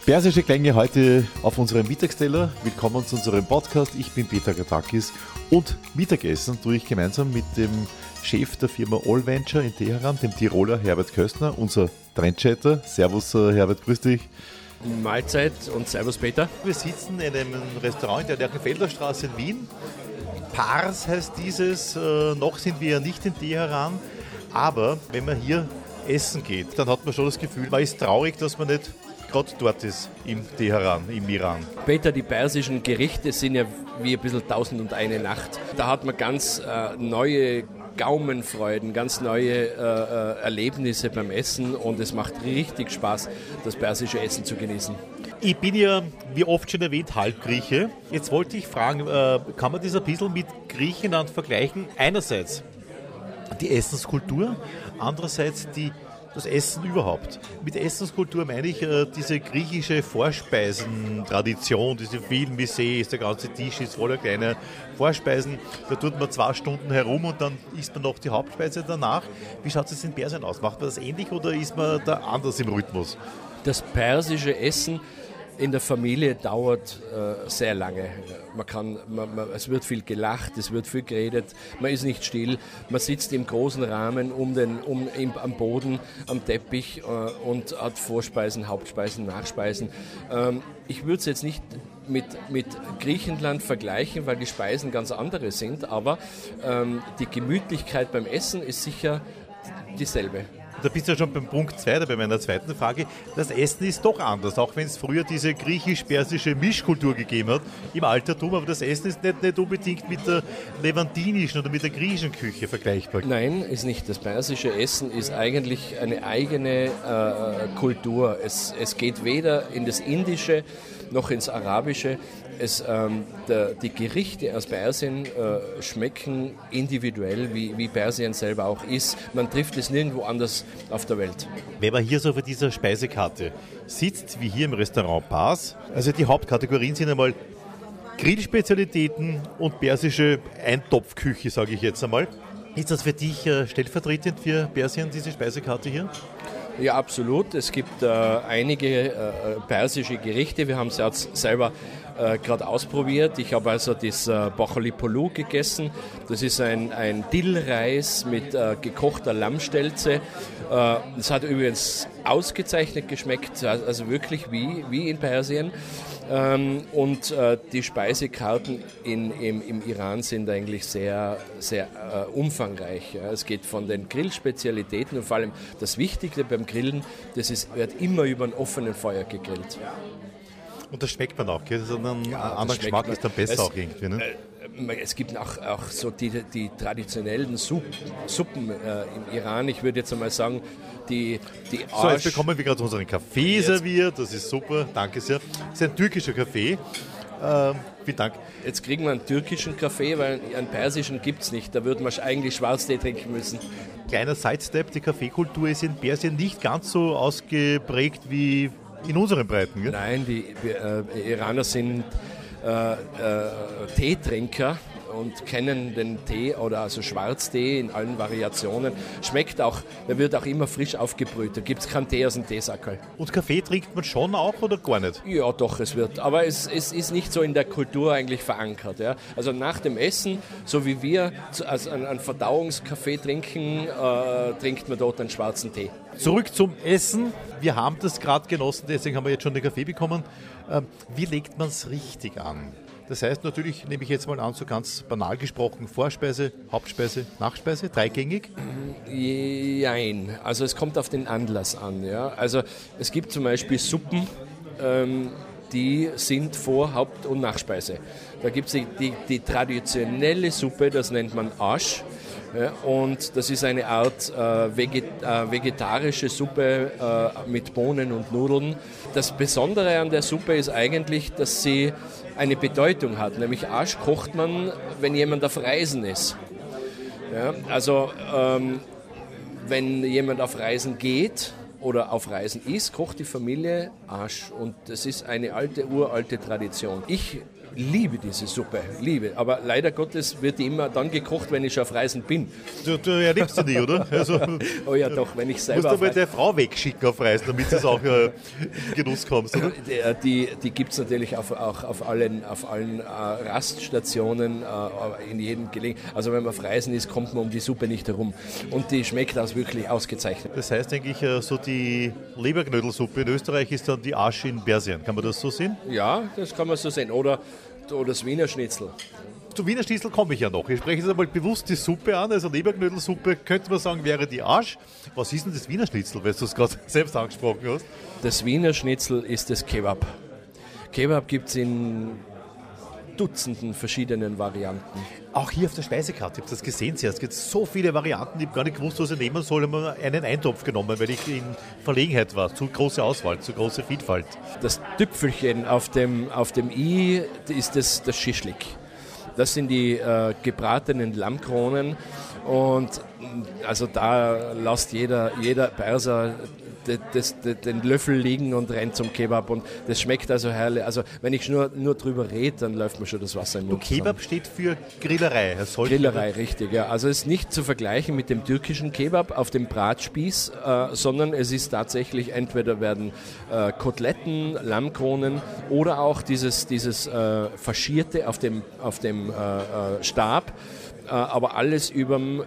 Persische Klänge heute auf unserem Mittagsteller. Willkommen zu unserem Podcast. Ich bin Peter Gatakis und Mittagessen tue ich gemeinsam mit dem Chef der Firma Allventure in Teheran, dem Tiroler Herbert Köstner, unser Trendchatter. Servus Herbert, grüß dich. Mahlzeit und Servus Peter. Wir sitzen in einem Restaurant in der Lerchenfelder Straße in Wien. Pars heißt dieses. Noch sind wir ja nicht in Teheran. Aber wenn man hier essen geht, dann hat man schon das Gefühl, man ist traurig, dass man nicht gerade dort ist, im Teheran, im Iran. Peter, die persischen Gerichte sind ja wie ein bisschen 1001 Nacht. Da hat man ganz neue Gaumenfreuden, ganz neue Erlebnisse beim Essen und es macht richtig Spaß, das persische Essen zu genießen. Ich bin ja, wie oft schon erwähnt, Halbgrieche. Jetzt wollte ich fragen, kann man das ein bisschen mit Griechenland vergleichen? Einerseits die Essenskultur, andererseits das Essen überhaupt. Mit Essenskultur meine ich diese griechische Vorspeisentradition, diese vielen Misés, der ganze Tisch ist voller kleiner Vorspeisen. Da tut man 2 Stunden herum und dann isst man noch die Hauptspeise danach. Wie schaut es in Persien aus? Macht man das ähnlich oder ist man da anders im Rhythmus? Das persische Essen in der Familie dauert sehr lange. Es wird viel gelacht, es wird viel geredet, man ist nicht still, man sitzt im großen Rahmen am Boden, am Teppich und hat Vorspeisen, Hauptspeisen, Nachspeisen. Ich würde es jetzt nicht mit Griechenland vergleichen, weil die Speisen ganz andere sind, aber die Gemütlichkeit beim Essen ist sicher dieselbe. Da bist du ja schon beim Punkt 2, bei meiner zweiten Frage. Das Essen ist doch anders, auch wenn es früher diese griechisch-persische Mischkultur gegeben hat im Altertum, aber das Essen ist nicht unbedingt mit der levantinischen oder mit der griechischen Küche vergleichbar. Nein, ist nicht. Das persische Essen ist eigentlich eine eigene Kultur. Es geht weder in das Indische noch ins Arabische. Die Gerichte aus Persien schmecken individuell, wie Persien selber auch ist. Man trifft es nirgendwo anders auf der Welt. Wenn man hier so vor dieser Speisekarte sitzt, wie hier im Restaurant Pars, also die Hauptkategorien sind einmal Grillspezialitäten und persische Eintopfküche, sage ich jetzt einmal. Ist das für dich stellvertretend für Persien, diese Speisekarte hier? Ja, absolut. Es gibt einige persische Gerichte. Wir haben es jetzt selber gerade ausprobiert. Ich habe also das Bacholi Polu gegessen. Das ist ein Dillreis mit gekochter Lammstelze. Es hat übrigens ausgezeichnet geschmeckt, also wirklich wie in Persien. Und die Speisekarten im Iran sind eigentlich sehr, sehr umfangreich. Ja. Es geht von den Grillspezialitäten und vor allem das Wichtigste beim Grillen, wird immer über ein offenen Feuer gegrillt. Und das schmeckt man auch, gell? So ein anderer Geschmack ist dann besser auch irgendwie, ne? Es gibt auch so die traditionellen Suppen im Iran. Ich würde jetzt einmal sagen, die So, jetzt bekommen wir gerade unseren Kaffee serviert. Das ist super, danke sehr. Das ist ein türkischer Kaffee. Vielen Dank. Jetzt kriegen wir einen türkischen Kaffee, weil einen persischen gibt es nicht. Da würde man eigentlich Schwarztee trinken müssen. Kleiner Sidestep, die Kaffeekultur ist in Persien nicht ganz so ausgeprägt wie in unseren Breiten, gell? Nein, die Iraner sind Teetrinker und kennen den Tee oder also Schwarztee in allen Variationen. Schmeckt auch, der wird auch immer frisch aufgebrüht. Da gibt es keinen Tee aus dem Teesackerl. Und Kaffee trinkt man schon auch oder gar nicht? Ja, doch, es wird. Aber es ist nicht so in der Kultur eigentlich verankert. Ja. Also nach dem Essen, so wie wir einen Verdauungskaffee trinken, trinkt man dort einen schwarzen Tee. Zurück zum Essen. Wir haben das gerade genossen, deswegen haben wir jetzt schon den Kaffee bekommen. Wie legt man es richtig an? Das heißt natürlich, nehme ich jetzt mal an, so ganz banal gesprochen, Vorspeise, Hauptspeise, Nachspeise, dreigängig? Nein, also es kommt auf den Anlass an. Ja. Also es gibt zum Beispiel Suppen, die sind Vor-, Haupt- und Nachspeise. Da gibt es die traditionelle Suppe, das nennt man Asch. Ja, und das ist eine Art vegetarische Suppe mit Bohnen und Nudeln. Das Besondere an der Suppe ist eigentlich, dass sie eine Bedeutung hat. Nämlich Asch kocht man, wenn jemand auf Reisen ist. Ja, also wenn jemand auf Reisen geht oder auf Reisen ist, kocht die Familie Asch. Und das ist eine uralte Tradition. Ich liebe diese Suppe, aber leider Gottes wird die immer dann gekocht, wenn ich schon auf Reisen bin. Du erlebst sie nie, oder? Also, oh ja, doch, wenn ich selber... Musst du mal deine Frau wegschicken auf Reisen, damit es auch in Genuss kommst, oder? Die gibt es natürlich auch auf allen Raststationen, in jedem Gelegenheit. Also wenn man auf Reisen ist, kommt man um die Suppe nicht herum. Und die schmeckt auch wirklich ausgezeichnet. Das heißt eigentlich, so die Leberknödelsuppe in Österreich ist dann die Asch in Persien. Kann man das so sehen? Ja, das kann man so sehen. Oder das Wiener Schnitzel. Zu Wiener Schnitzel komme ich ja noch. Ich spreche jetzt einmal bewusst die Suppe an. Also Leberknödelsuppe, könnte man sagen, wäre die Asch. Was ist denn das Wiener Schnitzel, weil du es gerade selbst angesprochen hast? Das Wiener Schnitzel ist das Kebab. Kebab gibt es in Dutzenden verschiedenen Varianten. Auch hier auf der Speisekarte, ich habe das gesehen, es gibt so viele Varianten, ich habe gar nicht gewusst, was ich nehmen soll. Ich habe einen Eintopf genommen, weil ich in Verlegenheit war. Zu große Auswahl, zu große Vielfalt. Das Tüpfelchen auf dem I ist das Schischlik. Das sind die gebratenen Lammkronen und also da lässt jeder Perser den Löffel liegen und rennt zum Kebab und das schmeckt also herrlich. Also wenn ich nur drüber rede, dann läuft mir schon das Wasser im Mund. Kebab steht für Grillerei. Grillerei, richtig, ja. Also es ist nicht zu vergleichen mit dem türkischen Kebab auf dem Bratspieß, sondern es ist tatsächlich, entweder werden Koteletten, Lammkronen oder auch dieses Faschierte auf dem Stab, aber alles überm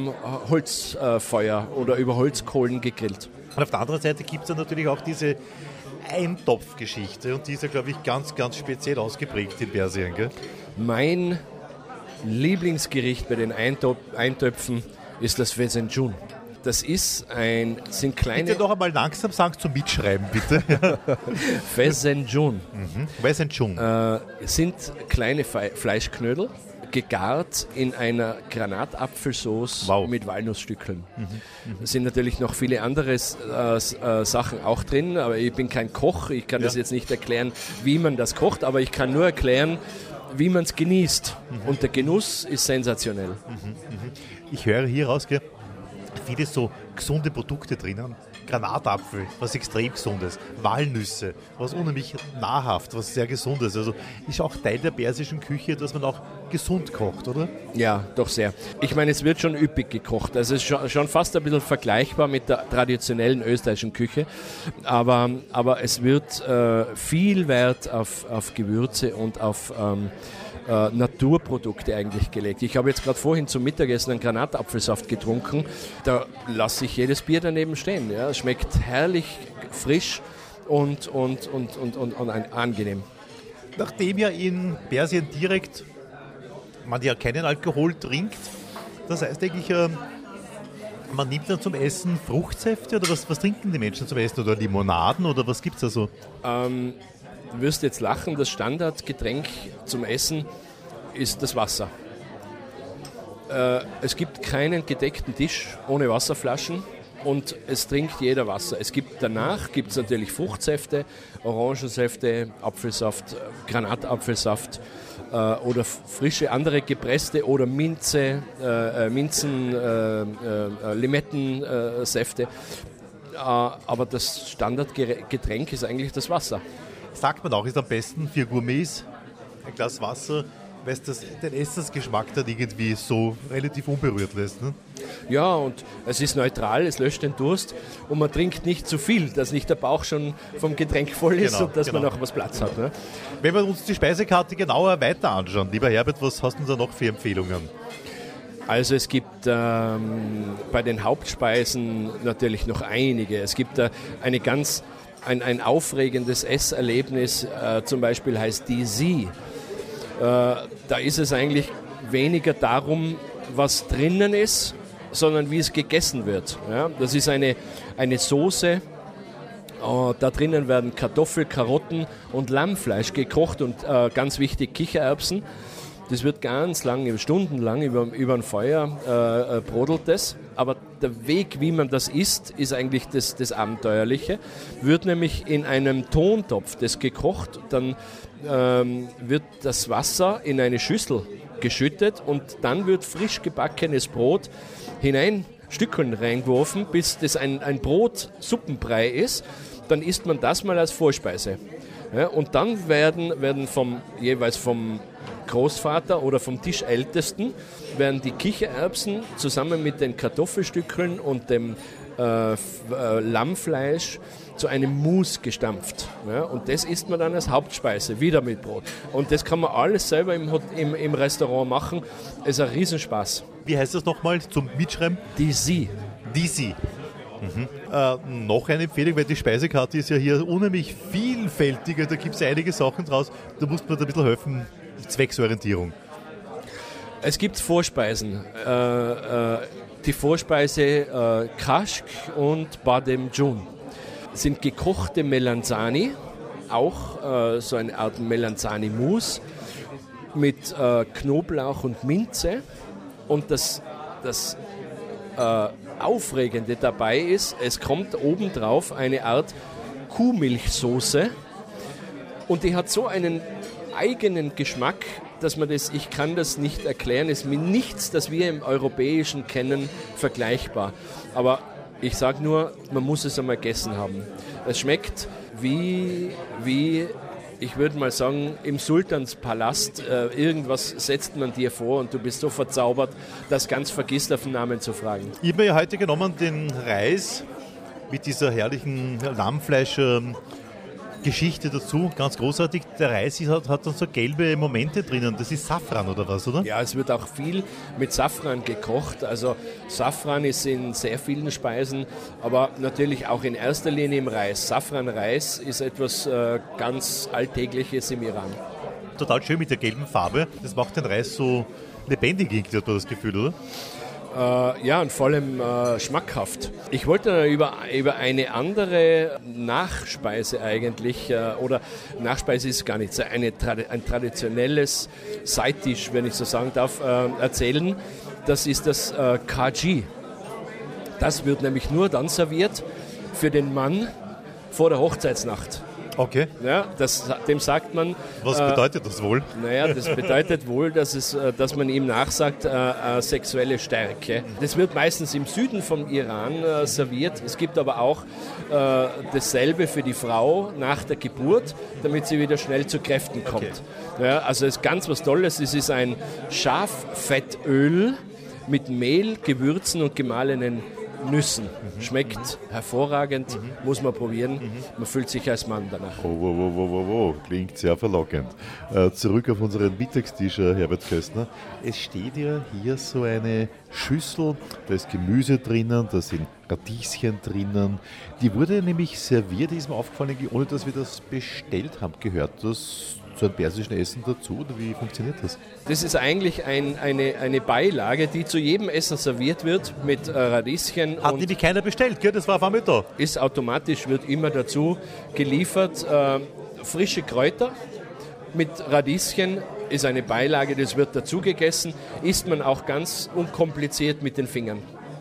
Holzfeuer oder über Holzkohlen gegrillt. Und auf der anderen Seite gibt es dann natürlich auch diese Eintopfgeschichte und die ist ja, glaube ich, ganz, ganz speziell ausgeprägt in Persien, gell? Mein Lieblingsgericht bei den Eintöpfen ist das Fesenjun. Das sind kleine... Bitte noch einmal langsam sagen zum Mitschreiben, bitte. Fesenjun. Fesenjun. Sind kleine Fleischknödel, gegart in einer Granatapfelsauce mit Walnussstückeln. Es sind natürlich noch viele andere Sachen auch drin, aber ich bin kein Koch, ich kann das jetzt nicht erklären, wie man das kocht, aber ich kann nur erklären, wie man es genießt. Und der Genuss ist sensationell. Ich höre hier raus, viele so gesunde Produkte drinnen. Granatapfel, was extrem Gesundes. Walnüsse, was unheimlich nahrhaft, was sehr Gesundes. Also ist auch Teil der persischen Küche, dass man auch gesund kocht, oder? Ja, doch sehr. Ich meine, es wird schon üppig gekocht. Also es ist schon fast ein bisschen vergleichbar mit der traditionellen österreichischen Küche. Aber es wird viel Wert auf Gewürze und auf Naturprodukte eigentlich gelegt. Ich habe jetzt gerade vorhin zum Mittagessen einen Granatapfelsaft getrunken. Da lasse ich jedes Bier daneben stehen. Ja. Es schmeckt herrlich, frisch und angenehm. Nachdem ja in Persien direkt man ja keinen Alkohol trinkt, das heißt eigentlich, man nimmt dann zum Essen Fruchtsäfte oder was trinken die Menschen zum Essen oder Limonaden oder was gibt es da so? Du wirst jetzt lachen, das Standardgetränk zum Essen ist das Wasser. Es gibt keinen gedeckten Tisch ohne Wasserflaschen und es trinkt jeder Wasser. Danach gibt es natürlich Fruchtsäfte, Orangensäfte, Apfelsaft, Granatapfelsaft oder frische andere gepresste oder Minzen, Limettensäfte. Aber das Standardgetränk ist eigentlich das Wasser. Sagt man auch, ist am besten für Gourmets ein Glas Wasser, weil es den Essensgeschmack dann irgendwie so relativ unberührt lässt. Ne? Ja, und es ist neutral, es löscht den Durst und man trinkt nicht zu viel, dass nicht der Bauch schon vom Getränk voll ist und dass man noch was Platz hat. Ne? Wenn wir uns die Speisekarte genauer weiter anschauen, lieber Herbert, was hast du da noch für Empfehlungen? Also es gibt bei den Hauptspeisen natürlich noch einige. Es gibt ein aufregendes Esserlebnis, zum Beispiel heißt die Sie. Da ist es eigentlich weniger darum, was drinnen ist, sondern wie es gegessen wird. Ja, das ist eine Soße, da drinnen werden Kartoffel, Karotten und Lammfleisch gekocht und ganz wichtig Kichererbsen. Das wird ganz lang, stundenlang über ein Feuer brodelt das. Aber der Weg, wie man das isst, ist eigentlich das Abenteuerliche. Wird nämlich in einem Tontopf das gekocht, dann wird das Wasser in eine Schüssel geschüttet und dann wird frisch gebackenes Brot hinein Stückeln reingeworfen, bis das ein Brot-Suppenbrei ist. Dann isst man das mal als Vorspeise. Ja, und dann werden jeweils vom Großvater oder vom Tischältesten werden die Kichererbsen zusammen mit den Kartoffelstückeln und dem Lammfleisch zu einem Mousse gestampft. Ja, und das isst man dann als Hauptspeise, wieder mit Brot. Und das kann man alles selber im Restaurant machen. Es ist ein Riesenspaß. Wie heißt das nochmal zum Mitschreiben? DC. DC. Noch eine Empfehlung, weil die Speisekarte ist ja hier unheimlich vielfältiger, da gibt es einige Sachen draus, da muss man da ein bisschen helfen, Zwecksorientierung. Es gibt Vorspeisen. Die Vorspeise Kashk und Badem Jun sind gekochte Melanzani, auch so eine Art Melanzani-Mousse mit Knoblauch und Minze. Und das Aufregende dabei ist, es kommt obendrauf eine Art Kuhmilchsoße und die hat so einen eigenen Geschmack, dass ich kann das nicht erklären, es ist mit nichts, das wir im Europäischen kennen, vergleichbar. Aber ich sage nur, man muss es einmal gegessen haben. Es schmeckt wie ich würde mal sagen, im Sultanspalast, irgendwas setzt man dir vor und du bist so verzaubert, dass ganz vergisst, auf den Namen zu fragen. Ich habe mir ja heute genommen den Reis mit dieser herrlichen Lammfleisch-Geschichte dazu, ganz großartig. Der Reis hat dann so gelbe Momente drinnen, das ist Safran oder was, oder? Ja, es wird auch viel mit Safran gekocht, also Safran ist in sehr vielen Speisen, aber natürlich auch in erster Linie im Reis. Safran-Reis ist etwas ganz Alltägliches im Iran. Total schön mit der gelben Farbe, das macht den Reis so lebendig, hat man das Gefühl, oder? Ja, und vor allem schmackhaft. Ich wollte über eine andere Nachspeise eigentlich, oder Nachspeise ist gar nicht, ein traditionelles Side-Dish, wenn ich so sagen darf, erzählen. Das ist das Kaji. Das wird nämlich nur dann serviert für den Mann vor der Hochzeitsnacht. Okay. Ja, dem sagt man... Was bedeutet das wohl? Naja, das bedeutet wohl, dass man ihm nachsagt, sexuelle Stärke. Das wird meistens im Süden vom Iran serviert. Es gibt aber auch dasselbe für die Frau nach der Geburt, damit sie wieder schnell zu Kräften kommt. Okay. Ja, also es ist ganz was Tolles. Es ist ein Schaffettöl mit Mehl, Gewürzen und gemahlenen Nüssen. Schmeckt hervorragend, muss man probieren. Man fühlt sich als Mann danach. Klingt sehr verlockend. Zurück auf unseren Mittagstisch, Herbert Köstner. Es steht ja hier so eine Schüssel, da ist Gemüse drinnen, da sind Radieschen drinnen. Die wurde nämlich serviert, ist mir aufgefallen, ohne dass wir das bestellt haben. Gehört das zu einem persischen Essen dazu oder wie funktioniert das? Das ist eigentlich eine Beilage, die zu jedem Essen serviert wird mit Radieschen. Hat nämlich keiner bestellt, gell? Das war auf einmal da. Ist automatisch, wird immer dazu geliefert. Frische Kräuter mit Radieschen ist eine Beilage, das wird dazu gegessen. Isst man auch ganz unkompliziert mit den Fingern.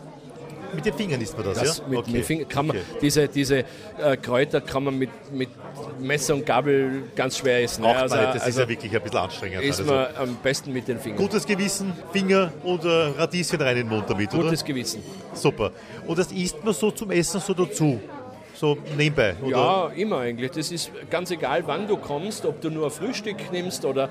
Mit den Fingern isst man das, ja? Mit Fingern kann man, diese Kräuter kann man mit Messer und Gabel ganz schwer essen. Das ist ja wirklich ein bisschen anstrengend. Isst man am besten mit den Fingern. Gutes Gewissen, Finger oder Radieschen rein in den Mund damit, oder? Gutes Gewissen. Super. Und das isst man so zum Essen so dazu? So nebenbei? Oder? Ja, immer eigentlich. Das ist ganz egal, wann du kommst, ob du nur Frühstück nimmst oder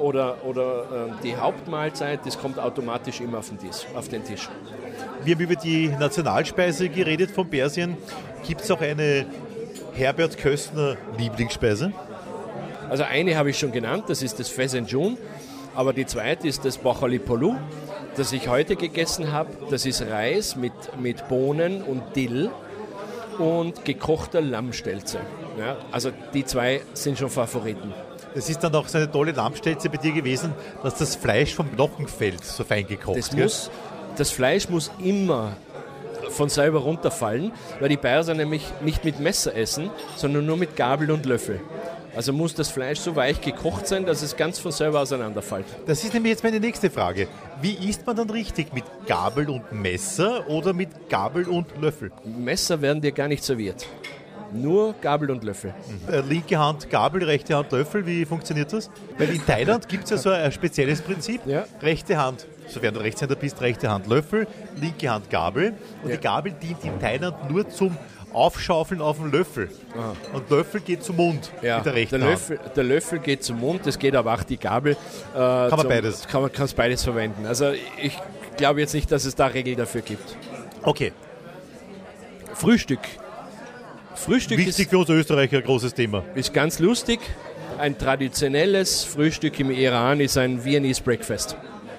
die Hauptmahlzeit, das kommt automatisch immer auf den Tisch. Wir haben über die Nationalspeise geredet von Persien. Gibt es auch eine Herbert Köstner Lieblingsspeise? Also eine habe ich schon genannt, das ist das Fesenjoun, aber die zweite ist das Bachali Polu, das ich heute gegessen habe. Das ist Reis mit Bohnen und Dill und gekochter Lammstelze. Ja, also die zwei sind schon Favoriten. Das ist dann auch so eine tolle Lammstelze bei dir gewesen, dass das Fleisch vom Knochen fällt, so fein gekocht. Das Fleisch muss immer von selber runterfallen, weil die Perser nämlich nicht mit Messer essen, sondern nur mit Gabel und Löffel. Also muss das Fleisch so weich gekocht sein, dass es ganz von selber auseinanderfällt. Das ist nämlich jetzt meine nächste Frage. Wie isst man dann richtig? Mit Gabel und Messer oder mit Gabel und Löffel? Messer werden dir gar nicht serviert. Nur Gabel und Löffel. Linke Hand Gabel, rechte Hand Löffel, wie funktioniert das? Weil in Thailand gibt es ja so ein spezielles Prinzip. Ja. Rechte Hand, sofern du Rechtshänder bist, rechte Hand Löffel, linke Hand Gabel. Und Ja. die Gabel dient in Thailand nur zum Aufschaufeln auf den Löffel. Aha. Und Löffel geht zum Mund mit der rechten Hand. Der Löffel geht zum Mund, es geht aber auch die Gabel. Kann man beides? Kannst beides verwenden. Also ich glaube jetzt nicht, dass es da Regeln dafür gibt. Okay, Frühstück wichtig für uns Österreicher, ein großes Thema. ist ganz lustig. Ein traditionelles Frühstück im Iran ist ein Viennese Breakfast.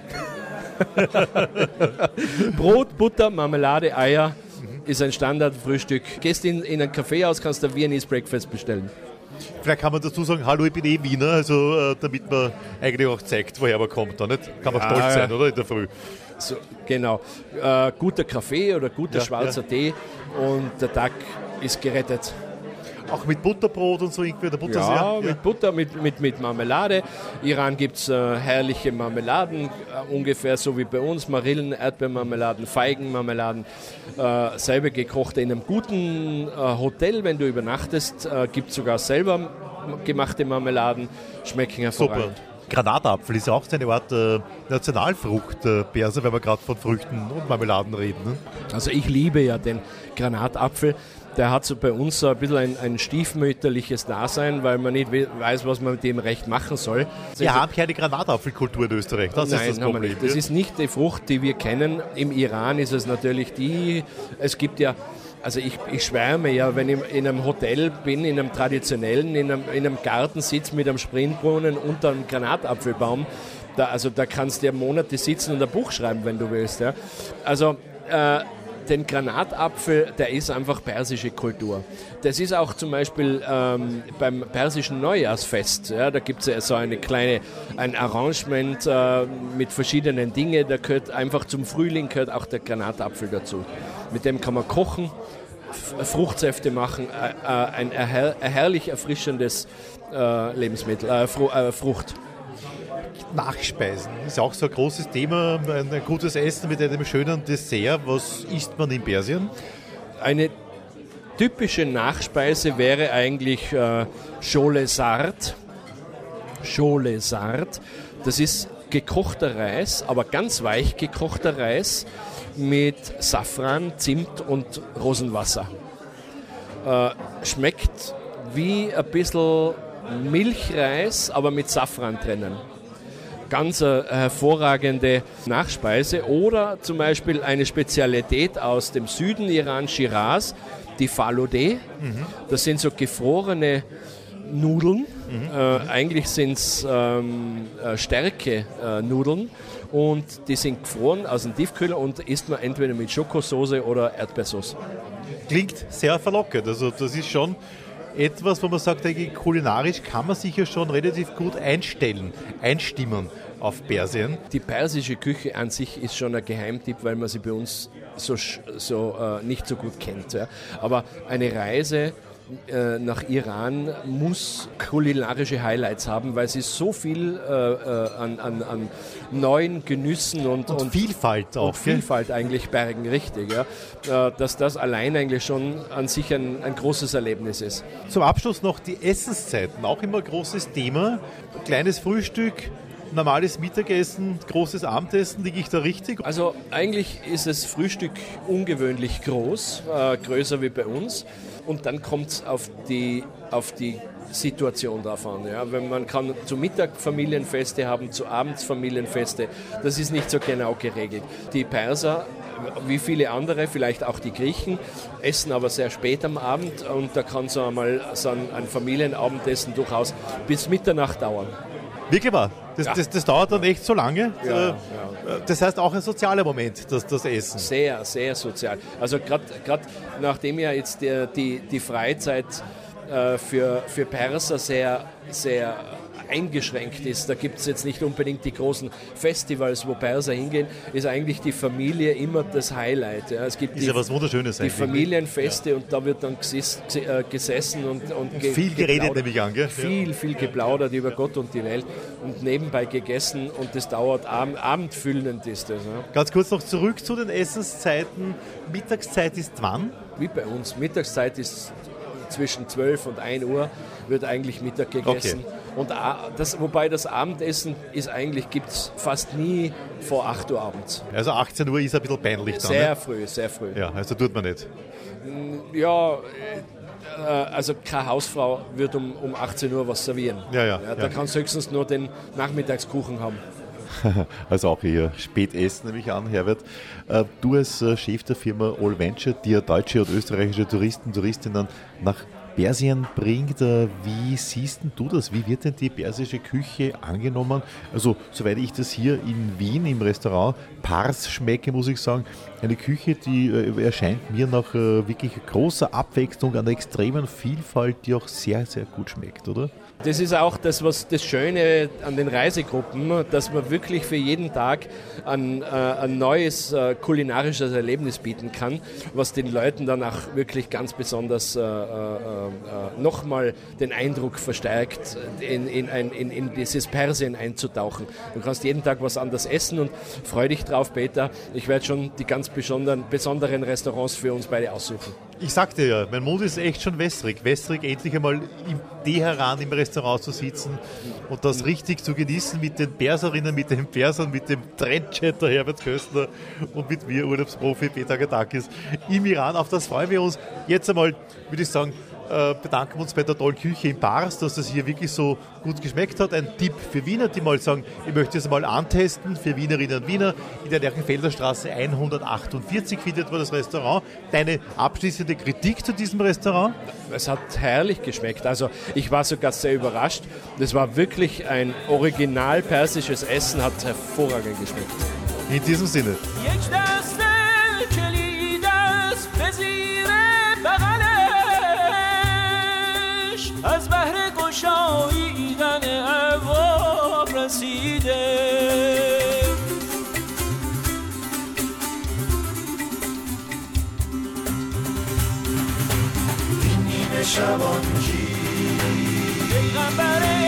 Brot, Butter, Marmelade, Eier ist ein Standardfrühstück. Gehst in ein Café aus, kannst ein Viennese Breakfast bestellen. Vielleicht kann man dazu sagen, hallo, ich bin Wiener, also damit man eigentlich auch zeigt, woher man kommt. Da nicht? Kann man stolz sein, oder? In der Früh. So, genau. Guter Kaffee oder guter schwarzer Tee und der Tag ist gerettet. Auch mit Butterbrot und so irgendwie, der Butter sehr. Mit Butter, mit Marmelade. Iran gibt es herrliche Marmeladen, ungefähr so wie bei uns. Marillen, Erdbeermarmeladen, Feigenmarmeladen. Selber gekocht in einem guten Hotel, wenn du übernachtest. Gibt es sogar selber gemachte Marmeladen. Schmecken hervorragend. Super. Granatapfel ist ja auch so eine Art Nationalfrucht der Perser, wenn wir gerade von Früchten und Marmeladen reden. Ne? Also ich liebe ja den Granatapfel. Der hat so bei uns so ein bisschen ein stiefmütterliches Dasein, weil man nicht weiß, was man mit dem recht machen soll. Wir haben keine Granatapfelkultur in Österreich, das Nein, ist das haben wir Problem. nicht. Das ist nicht die Frucht, die wir kennen. Im Iran ist es natürlich es gibt ja, also ich schwärme ja, wenn ich in einem Hotel bin, in einem traditionellen, in einem Garten sitze mit einem Springbrunnen unter einem Granatapfelbaum, da kannst du ja Monate sitzen und ein Buch schreiben, wenn du willst. Ja. Also den Granatapfel, der ist einfach persische Kultur. Das ist auch zum Beispiel beim persischen Neujahrsfest. Ja, da gibt es ja so ein Arrangement mit verschiedenen Dingen. Da gehört einfach zum Frühling gehört auch der Granatapfel dazu. Mit dem kann man kochen, Fruchtsäfte machen, ein herrlich erfrischendes Lebensmittel, Frucht. Nachspeisen ist auch so ein großes Thema, ein gutes Essen mit einem schönen Dessert. Was isst man in Persien? Eine typische Nachspeise wäre eigentlich Chole Sard. Chole Sard. Das ist gekochter Reis, aber ganz weich gekochter Reis mit Safran, Zimt und Rosenwasser. Schmeckt wie ein bisschen Milchreis, aber mit Safran drinnen. Ganz hervorragende Nachspeise. Oder zum Beispiel eine Spezialität aus dem Süden Iran, Shiraz, die Falodeh. Das sind so gefrorene Nudeln. Eigentlich sind es Stärke-Nudeln und die sind gefroren aus dem Tiefkühler und isst man entweder mit Schokosauce oder Erdbeersauce. Klingt sehr verlockend. Also das ist schon etwas, wo man sagt, kulinarisch kann man sich ja schon relativ gut einstimmen auf Persien. Die persische Küche an sich ist schon ein Geheimtipp, weil man sie bei uns nicht so gut kennt. Ja. Aber eine Reise nach Iran muss kulinarische Highlights haben, weil sie so viel an neuen Genüssen und Vielfalt auch. Und Vielfalt eigentlich bergen, richtig. Ja. Dass das allein eigentlich schon an sich ein großes Erlebnis ist. Zum Abschluss noch die Essenszeiten, auch immer ein großes Thema. Kleines Frühstück, normales Mittagessen, großes Abendessen, liege ich da richtig? Also eigentlich ist das Frühstück ungewöhnlich groß, größer wie bei uns. Und dann kommt es auf die Situation drauf an. Ja. Wenn man kann zu Mittag Familienfeste haben, zu Abends Familienfeste, das ist nicht so genau geregelt. Die Perser, wie viele andere, vielleicht auch die Griechen, essen aber sehr spät am Abend und da kann so einmal so ein Familienabendessen durchaus bis Mitternacht dauern. Wirklich wahr? Das dauert dann echt so lange? Ja. Das heißt auch ein sozialer Moment, das Essen? Sehr, sehr sozial. Also gerade nachdem ja jetzt die Freizeit für Perser sehr, sehr eingeschränkt ist, da gibt es jetzt nicht unbedingt die großen Festivals, wo Perser hingehen, ist eigentlich die Familie immer das Highlight. Ja. Es gibt ist ja was Wunderschönes die Familienfeste und da wird dann gesessen und viel geredet, nehme ich an, gell? Viel geplaudert über Gott und die Welt und nebenbei gegessen und das dauert abendfüllend ist das. Ja. Ganz kurz noch zurück zu den Essenszeiten. Mittagszeit ist wann? Wie bei uns. Mittagszeit ist zwischen 12 und 1 Uhr wird eigentlich Mittag gegessen. Und wobei das Abendessen gibt es fast nie vor 8 Uhr abends. Also 18 Uhr ist ein bisschen peinlich dann, Sehr ne? früh, sehr früh. Ja, also tut man nicht. Ja, also keine Hausfrau wird um 18 Uhr was servieren. Da kannst du höchstens nur den Nachmittagskuchen haben. Also auch eher Spätessen, nehme ich an, Herbert. Du als Chef der Firma All Venture, die ja deutsche und österreichische Touristen, Touristinnen nach Persien bringt. Wie siehst denn du das? Wie wird denn die persische Küche angenommen? Also, soweit ich das hier in Wien im Restaurant Pars schmecke, muss ich sagen, eine Küche, die erscheint mir nach wirklich großer Abwechslung, einer extremen Vielfalt, die auch sehr, sehr gut schmeckt, oder? Das ist auch das Schöne an den Reisegruppen, dass man wirklich für jeden Tag ein neues kulinarisches Erlebnis bieten kann, was den Leuten dann auch wirklich ganz besonders nochmal den Eindruck verstärkt, in dieses Persien einzutauchen. Du kannst jeden Tag was anderes essen und freu dich drauf, Peter. Ich werde schon die ganz besonderen Restaurants für uns beide aussuchen. Ich sagte ja, mein Mund ist echt schon wässrig. Wässrig, endlich einmal im Teheran im Restaurant zu sitzen und das richtig zu genießen mit den Perserinnen, mit den Persern, mit dem Trendchatter Herbert Köstner und mit mir, Urlaubsprofi Peter Agadakis im Iran. Auf das freuen wir uns. Jetzt einmal, würde ich sagen, bedanken wir uns bei der tollen Küche in Pars, dass das hier wirklich so gut geschmeckt hat. Ein Tipp für Wiener, die mal sagen, ich möchte es mal antesten, für Wienerinnen und Wiener. In der Lerchenfelder Straße 148 findet man das Restaurant. Deine abschließende Kritik zu diesem Restaurant? Es hat herrlich geschmeckt. Also ich war sogar sehr überrascht. Das war wirklich ein original persisches Essen, hat hervorragend geschmeckt. In diesem Sinne. از بهر گشاییدن ابواب رسیده این نیمه شبانگی پیغمبر